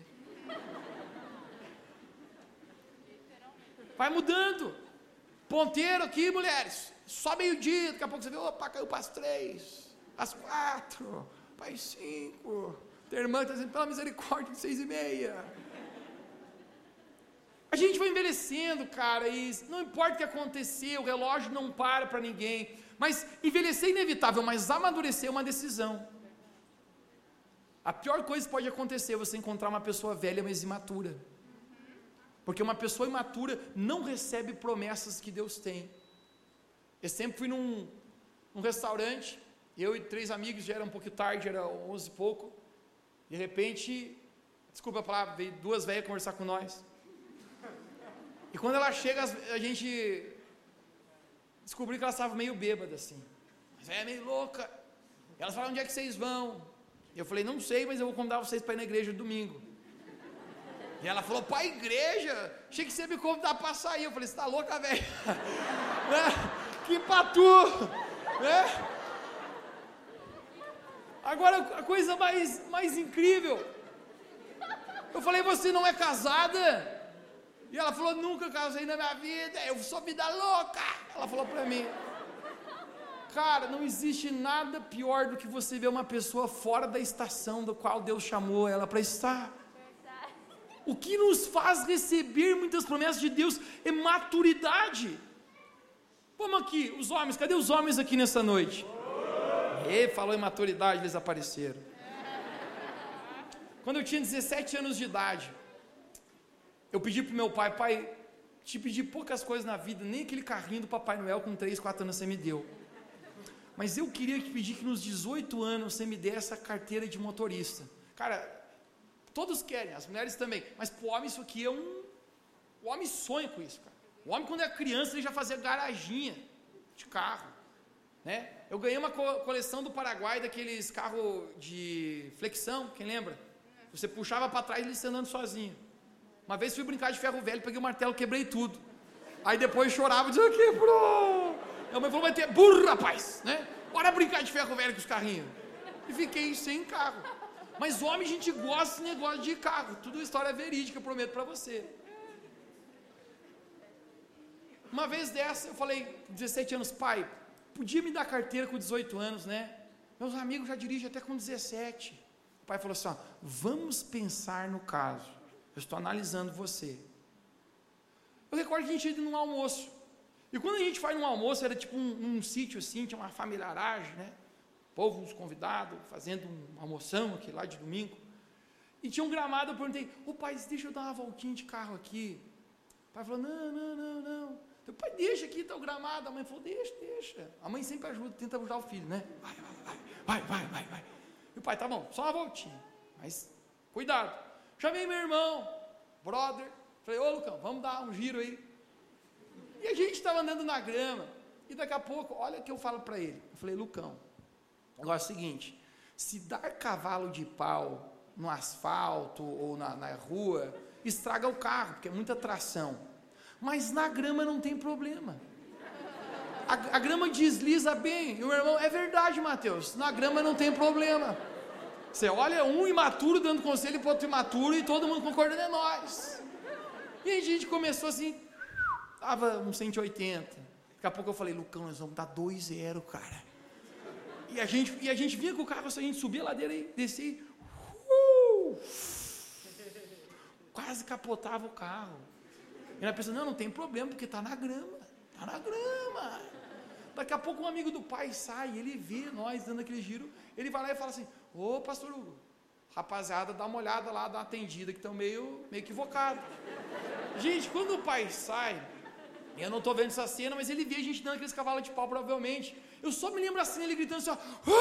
Vai mudando. Ponteiro aqui, mulheres. Só meio-dia, daqui a pouco você vê, opa, caiu para as 3, às 4, para as 5. Tem irmã que está dizendo, pela misericórdia, de 6:30. A gente vai envelhecendo, cara, e não importa o que acontecer, o relógio não para ninguém. Mas envelhecer é inevitável, mas amadurecer é uma decisão. A pior coisa que pode acontecer é você encontrar uma pessoa velha, mas imatura. Porque uma pessoa imatura não recebe promessas que Deus tem. Eu sempre fui num restaurante, eu e 3 amigos, já era um pouco tarde, era 11 e pouco. De repente, desculpa a palavra, veio 2 velhas conversar com nós. E quando ela chega, a gente descobriu que ela estava meio bêbada assim. Mas é meio louca. Elas falaram, onde é que vocês vão? Eu falei, não sei, mas eu vou convidar vocês para ir na igreja domingo. E ela falou, para a igreja? Achei que você ia me convidar para sair. Eu falei, você está louca, velho? Né? Que patu! Né? Agora, a coisa mais incrível. Eu falei, você não é casada? E ela falou, nunca casei na minha vida, eu sou vida louca. Ela falou para mim. Cara, não existe nada pior do que você ver uma pessoa fora da estação do qual Deus chamou ela para estar. O que nos faz receber muitas promessas de Deus é maturidade. Vamos aqui, os homens, cadê os homens aqui nessa noite? Falou em maturidade, eles apareceram. Quando eu tinha 17 anos de idade, eu pedi para o meu pai, te pedi poucas coisas na vida, nem aquele carrinho do Papai Noel com 3, 4 anos você me deu. Mas eu queria pedir que nos 18 anos você me desse a carteira de motorista. Cara, todos querem, as mulheres também, mas para o homem isso aqui é o homem sonha com isso, cara. O homem quando é criança ele já fazia garaginha de carro, né? Eu ganhei uma coleção do Paraguai daqueles carros de flexão, quem lembra? Você puxava para trás e ele ia andando sozinho. Uma vez fui brincar de ferro velho, peguei o martelo, quebrei tudo. Aí depois chorava, dizia, quebrou. Minha mãe falou, vai ter burro, rapaz, né? Bora brincar de ferro velho com os carrinhos. E fiquei sem carro. Mas homem, a gente gosta desse negócio de carro. Tudo história verídica, eu prometo para você. Uma vez dessa, eu falei, com 17 anos, pai, podia me dar carteira com 18 anos, né? Meus amigos já dirigem até com 17. O pai falou assim, ó, vamos pensar no caso. Eu estou analisando você. Eu recordo que a gente ia num almoço. E quando a gente vai num almoço, era tipo um sítio assim, tinha uma familiaragem, né? O povo, uns convidados, fazendo uma almoção aqui lá de domingo. E tinha um gramado, eu perguntei, ô pai, deixa eu dar uma voltinha de carro aqui. O pai falou, não. Eu, pai, deixa aqui, tá o gramado. A mãe falou, deixa. A mãe sempre ajuda, tenta ajudar o filho, né? Vai. E o pai, tá bom, só uma voltinha. Mas, cuidado. Chamei meu irmão, brother, falei, ô Lucão, vamos dar um giro aí. E a gente estava andando na grama, e daqui a pouco, olha o que eu falo para ele. Eu falei, Lucão, agora é o seguinte, se dar cavalo de pau no asfalto ou na rua, estraga o carro, porque é muita tração. Mas na grama não tem problema. A grama desliza bem. E o meu irmão, é verdade, Mateus, na grama não tem problema. Você olha um imaturo dando conselho para outro imaturo e todo mundo concordando, é nós. E aí a gente começou assim, estava uns 180. Daqui a pouco eu falei, Lucão, nós vamos dar 2-0, cara. E a gente vinha com o carro, a gente subia a ladeira e descia. Quase capotava o carro. E nós pensamos, não tem problema, porque está na grama. Está na grama. Daqui a pouco um amigo do pai sai, ele vê nós dando aquele giro, ele vai lá e fala assim, ô pastor Hugo, rapaziada, dá uma olhada lá, dá uma atendida, que estão meio equivocado. Gente, quando o pai sai, eu não estou vendo essa cena, mas ele vê a gente dando aqueles cavalos de pau, provavelmente. Eu só me lembro assim, ele gritando assim,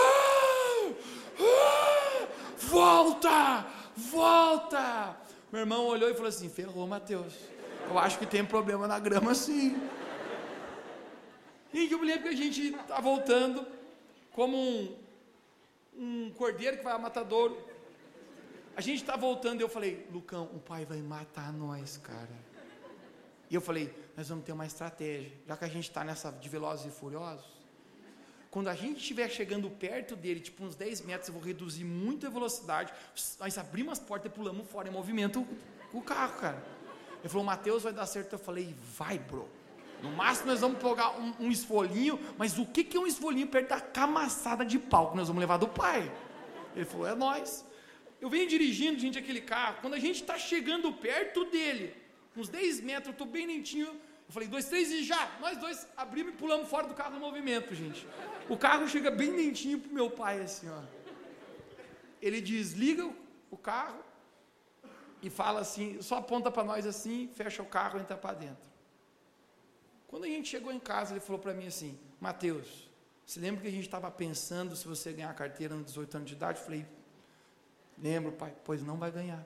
volta, volta. Meu irmão olhou e falou assim, ferrou, Mateus, eu acho que tem problema na grama sim. E eu me lembro que a gente está voltando, como um cordeiro que vai ao matadouro. A gente está voltando e eu falei, Lucão, o pai vai matar nós, cara. E eu falei, nós vamos ter uma estratégia, já que a gente está nessa de Velozes e Furiosos, quando a gente estiver chegando perto dele, tipo uns 10 metros, eu vou reduzir muito a velocidade, nós abrimos as portas e pulamos fora em movimento o carro, cara. Ele falou, Mateus, vai dar certo. Eu falei, vai, bro. No máximo nós vamos pegar um esfolinho, mas o que é um esfolinho perto da camaçada de pau que nós vamos levar do pai? Ele falou, é nós. Eu venho dirigindo, gente, aquele carro, quando a gente está chegando perto dele, uns 10 metros, eu estou bem lentinho, eu falei, 2, 3 e já, nós dois abrimos e pulamos fora do carro no movimento, gente. O carro chega bem lentinho pro meu pai, assim, ó. Ele desliga o carro e fala assim, só aponta para nós assim, fecha o carro e entra para dentro. Quando a gente chegou em casa, ele falou para mim assim, Mateus, você lembra que a gente estava pensando se você ganhar a carteira nos 18 anos de idade? Eu falei, lembro, pai, pois não vai ganhar.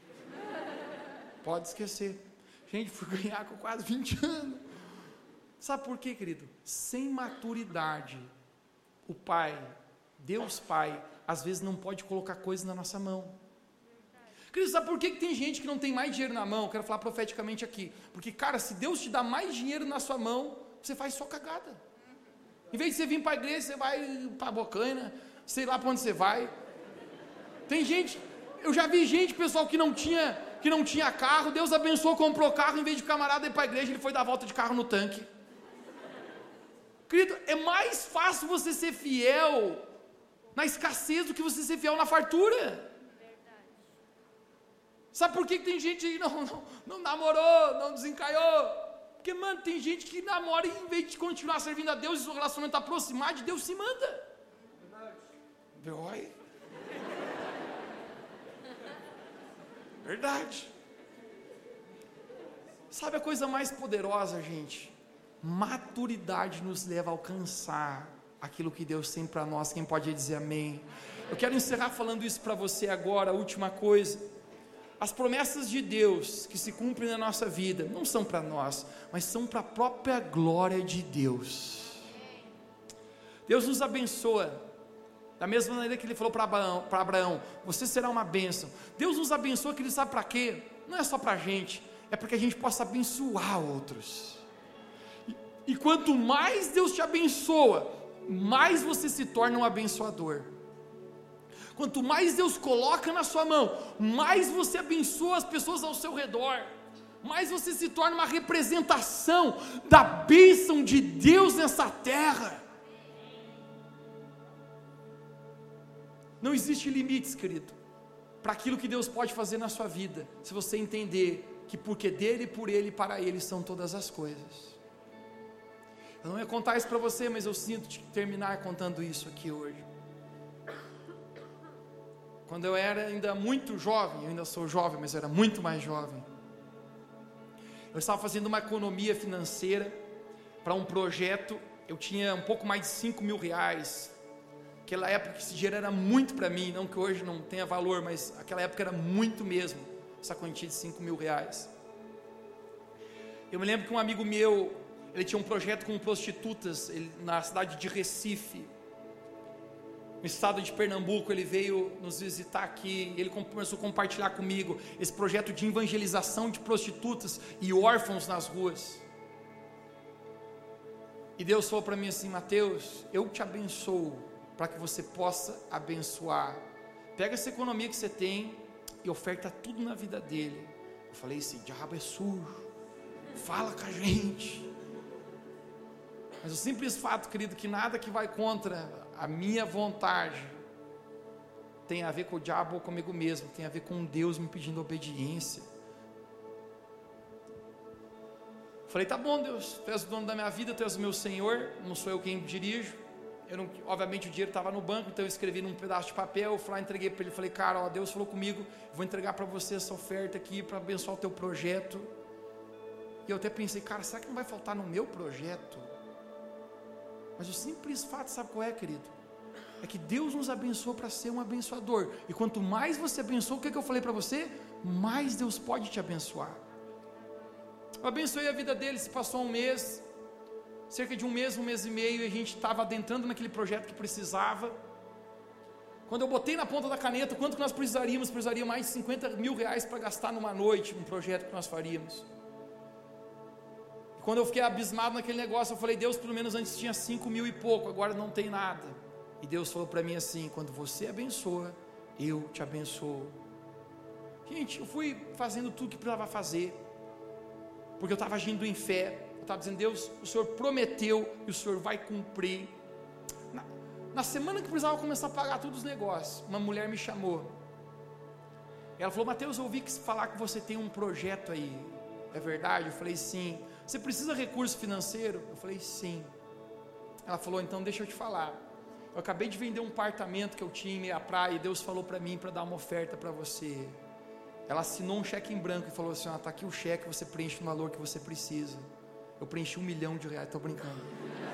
Pode esquecer. Gente, fui ganhar com quase 20 anos. Sabe por quê, querido? Sem maturidade, o pai, Deus Pai, às vezes não pode colocar coisas na nossa mão. Querido, sabe por que tem gente que não tem mais dinheiro na mão? Quero falar profeticamente aqui. Porque, cara, se Deus te dá mais dinheiro na sua mão, você faz só cagada. Em vez de você vir para a igreja, você vai para a Bocaina, sei lá para onde você vai. Tem gente, eu já vi gente, pessoal, que não tinha carro, Deus abençoou, comprou carro, em vez de camarada ir para a igreja, ele foi dar a volta de carro no tanque. Querido, é mais fácil você ser fiel na escassez do que você ser fiel na fartura. Sabe por que tem gente que não namorou, não desencaiou? Porque, mano, tem gente que namora e em vez de continuar servindo a Deus e seu relacionamento aproximar de Deus, se manda. Verdade. Verdade. Sabe a coisa mais poderosa, gente? Maturidade nos leva a alcançar aquilo que Deus tem para nós. Quem pode dizer amém? Eu quero encerrar falando isso para você agora, a última coisa. As promessas de Deus que se cumprem na nossa vida não são para nós, mas são para a própria glória de Deus. Deus nos abençoa, da mesma maneira que Ele falou para Abraão, você será uma bênção. Deus nos abençoa, que Ele sabe para quê? Não é só para a gente, é para que a gente possa abençoar outros. E quanto mais Deus te abençoa, mais você se torna um abençoador. Quanto mais Deus coloca na sua mão, mais você abençoa as pessoas ao seu redor, mais você se torna uma representação da bênção de Deus nessa terra. Não existe limites, querido, para aquilo que Deus pode fazer na sua vida, se você entender que porque dele, por ele e para ele são todas as coisas. Eu não ia contar isso para você, mas eu sinto terminar contando isso aqui hoje. Quando eu era ainda muito jovem, eu ainda sou jovem, mas eu era muito mais jovem, eu estava fazendo uma economia financeira para um projeto. Eu tinha um pouco mais de 5 mil reais. Aquela época esse dinheiro era muito para mim, não que hoje não tenha valor, mas aquela época era muito mesmo. essa quantia de R$5.000. Eu me lembro que um amigo meu, ele tinha um projeto com prostitutas, na cidade de Recife, no estado de Pernambuco. Ele veio nos visitar aqui, ele começou a compartilhar comigo esse projeto de evangelização de prostitutas e órfãos nas ruas. E Deus falou para mim assim: Mateus, eu te abençoo para que você possa abençoar. Pega essa economia que você tem e oferta tudo na vida dele. Eu falei: esse diabo é sujo, fala com a gente. Mas o simples fato, querido, que nada que vai contra a minha vontade tem a ver com o diabo ou comigo mesmo, tem a ver com Deus me pedindo obediência. Falei: tá bom, Deus, tu és o dono da minha vida, tu és o meu Senhor, não sou eu quem dirijo. Obviamente o dinheiro estava no banco, então eu escrevi num pedaço de papel, fui lá, entreguei para ele, falei: cara, ó, Deus falou comigo, vou entregar para você essa oferta aqui, para abençoar o teu projeto. E eu até pensei: cara, será que não vai faltar no meu projeto? Mas o simples fato, sabe qual é, querido? É que Deus nos abençoou para ser um abençoador, e quanto mais você abençoa, o que eu falei para você? Mais Deus pode te abençoar. Eu abençoei a vida dele. Se passou um mês, cerca de um mês e meio, e a gente estava adentrando naquele projeto que precisava. Quando eu botei na ponta da caneta quanto que nós precisaria mais de R$50.000 para gastar numa noite, num projeto que nós faríamos. E quando eu fiquei abismado naquele negócio, eu falei: Deus, pelo menos antes tinha 5.000 e pouco, agora não tem nada. E Deus falou para mim assim: quando você abençoa, eu te abençoo. Gente, eu fui fazendo tudo que precisava fazer, porque eu estava agindo em fé. Eu estava dizendo: Deus, o Senhor prometeu e o Senhor vai cumprir. Na semana que precisava começar a pagar todos os negócios, uma mulher me chamou. Ela falou: Mateus, eu ouvi falar que você tem um projeto aí, é verdade? Eu falei: sim. Você precisa de recurso financeiro? Eu falei: sim. Ela falou: então deixa eu te falar, eu acabei de vender um apartamento que eu tinha em Meia Praia, e Deus falou para mim para dar uma oferta para você. Ela assinou um cheque em branco e falou assim: está aqui o cheque, você preenche o valor que você precisa. Eu preenchi R$1 milhão, estou brincando.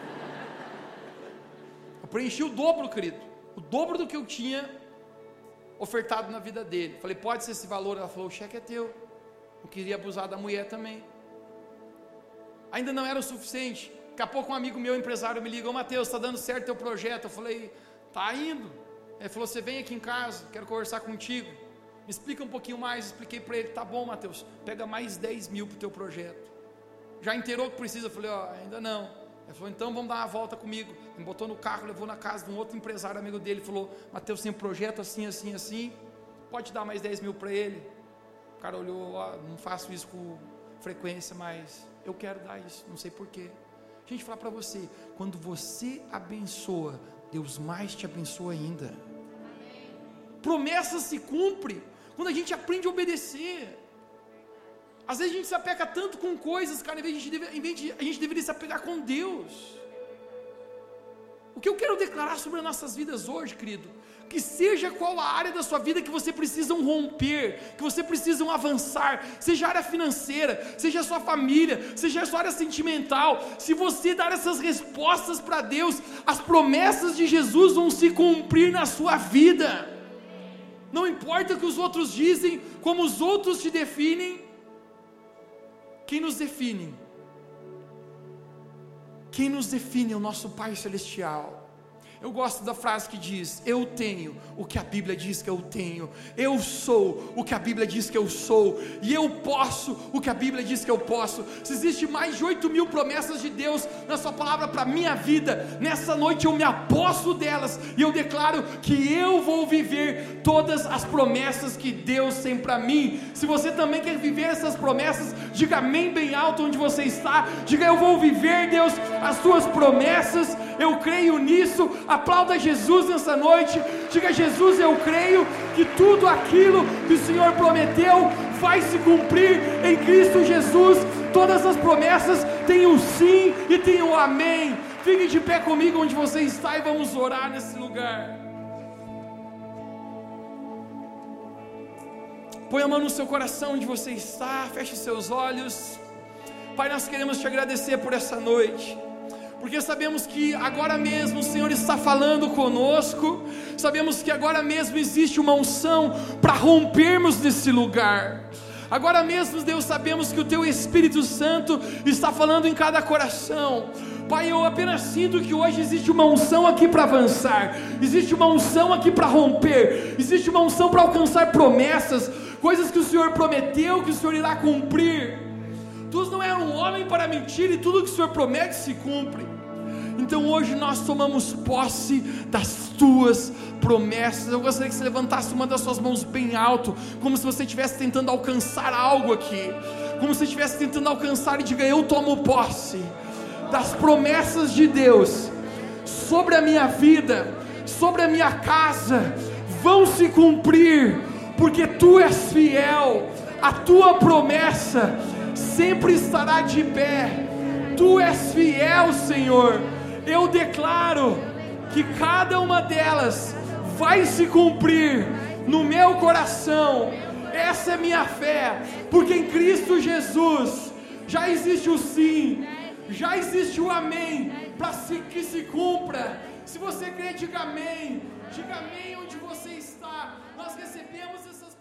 Eu preenchi o dobro, querido, o dobro do que eu tinha ofertado na vida dele. Falei: pode ser esse valor? Ela falou: o cheque é teu. Eu queria abusar da mulher também. Ainda não era o suficiente. Daqui a pouco um amigo meu, empresário, me ligou: Mateus, está dando certo teu projeto? Eu falei: está indo. Ele falou: você vem aqui em casa, quero conversar contigo. Me explica um pouquinho mais. Expliquei para ele: tá bom, Mateus, pega mais 10.000 para o teu projeto. Já inteirou o que precisa? Eu falei: ó, ainda não. Ele falou: então vamos dar uma volta comigo. Me botou no carro, levou na casa de um outro empresário amigo dele, falou: Mateus, tem um projeto assim, assim, assim, pode dar mais 10.000 para ele? O cara olhou: ó, não faço isso com frequência, mas eu quero dar isso, não sei porquê. Gente, falar para você, quando você abençoa, Deus mais te abençoa ainda. Promessa se cumpre quando a gente aprende a obedecer. Às vezes a gente se apega tanto com coisas, cara, a gente deveria se apegar com Deus. O que eu quero declarar sobre as nossas vidas hoje, querido, que seja qual a área da sua vida que você precisa romper, que você precisa avançar, seja a área financeira, seja a sua família, seja a sua área sentimental, se você dar essas respostas para Deus, as promessas de Jesus vão se cumprir na sua vida. Não importa o que os outros dizem, como os outros te definem, quem nos define? Quem nos define é o nosso Pai Celestial. Eu gosto da frase que diz: eu tenho o que a Bíblia diz que eu tenho, eu sou o que a Bíblia diz que eu sou, e eu posso o que a Bíblia diz que eu posso. Se existe mais de 8.000 promessas de Deus na sua palavra para a minha vida, nessa noite eu me aposto delas, e eu declaro que eu vou viver todas as promessas que Deus tem para mim. Se você também quer viver essas promessas, diga amém bem alto onde você está, diga: eu vou viver, Deus, as tuas promessas, eu creio nisso. Aplauda Jesus nessa noite, diga: Jesus, eu creio que tudo aquilo que o Senhor prometeu vai se cumprir em Cristo Jesus. Todas as promessas têm o sim e têm o amém. Fique de pé comigo onde você está e vamos orar nesse lugar. Põe a mão no seu coração onde você está, feche seus olhos. Pai, nós queremos te agradecer por essa noite. porque sabemos que agora mesmo o Senhor está falando conosco, sabemos que agora mesmo existe uma unção para rompermos nesse lugar. Agora mesmo, Deus, sabemos que o Teu Espírito Santo está falando em cada coração. Pai, eu apenas sinto que hoje existe uma unção aqui para avançar, existe uma unção aqui para romper, existe uma unção para alcançar promessas, coisas que o Senhor prometeu, que o Senhor irá cumprir. Tu não é um homem para mentir, e tudo que o Senhor promete se cumpre. Então hoje nós tomamos posse das Tuas promessas. Eu gostaria que você levantasse uma das suas mãos bem alto, como se você estivesse tentando alcançar algo aqui, como se você estivesse tentando alcançar, e diga: eu tomo posse das promessas de Deus sobre a minha vida, sobre a minha casa, vão se cumprir, porque Tu és fiel, a Tua promessa sempre estará de pé. Tu és fiel, Senhor. Eu declaro que cada uma delas vai se cumprir no meu coração. Essa é minha fé, porque em Cristo Jesus já existe o sim, já existe o amém, para que se cumpra. Se você crê, diga amém onde você está. Nós recebemos essas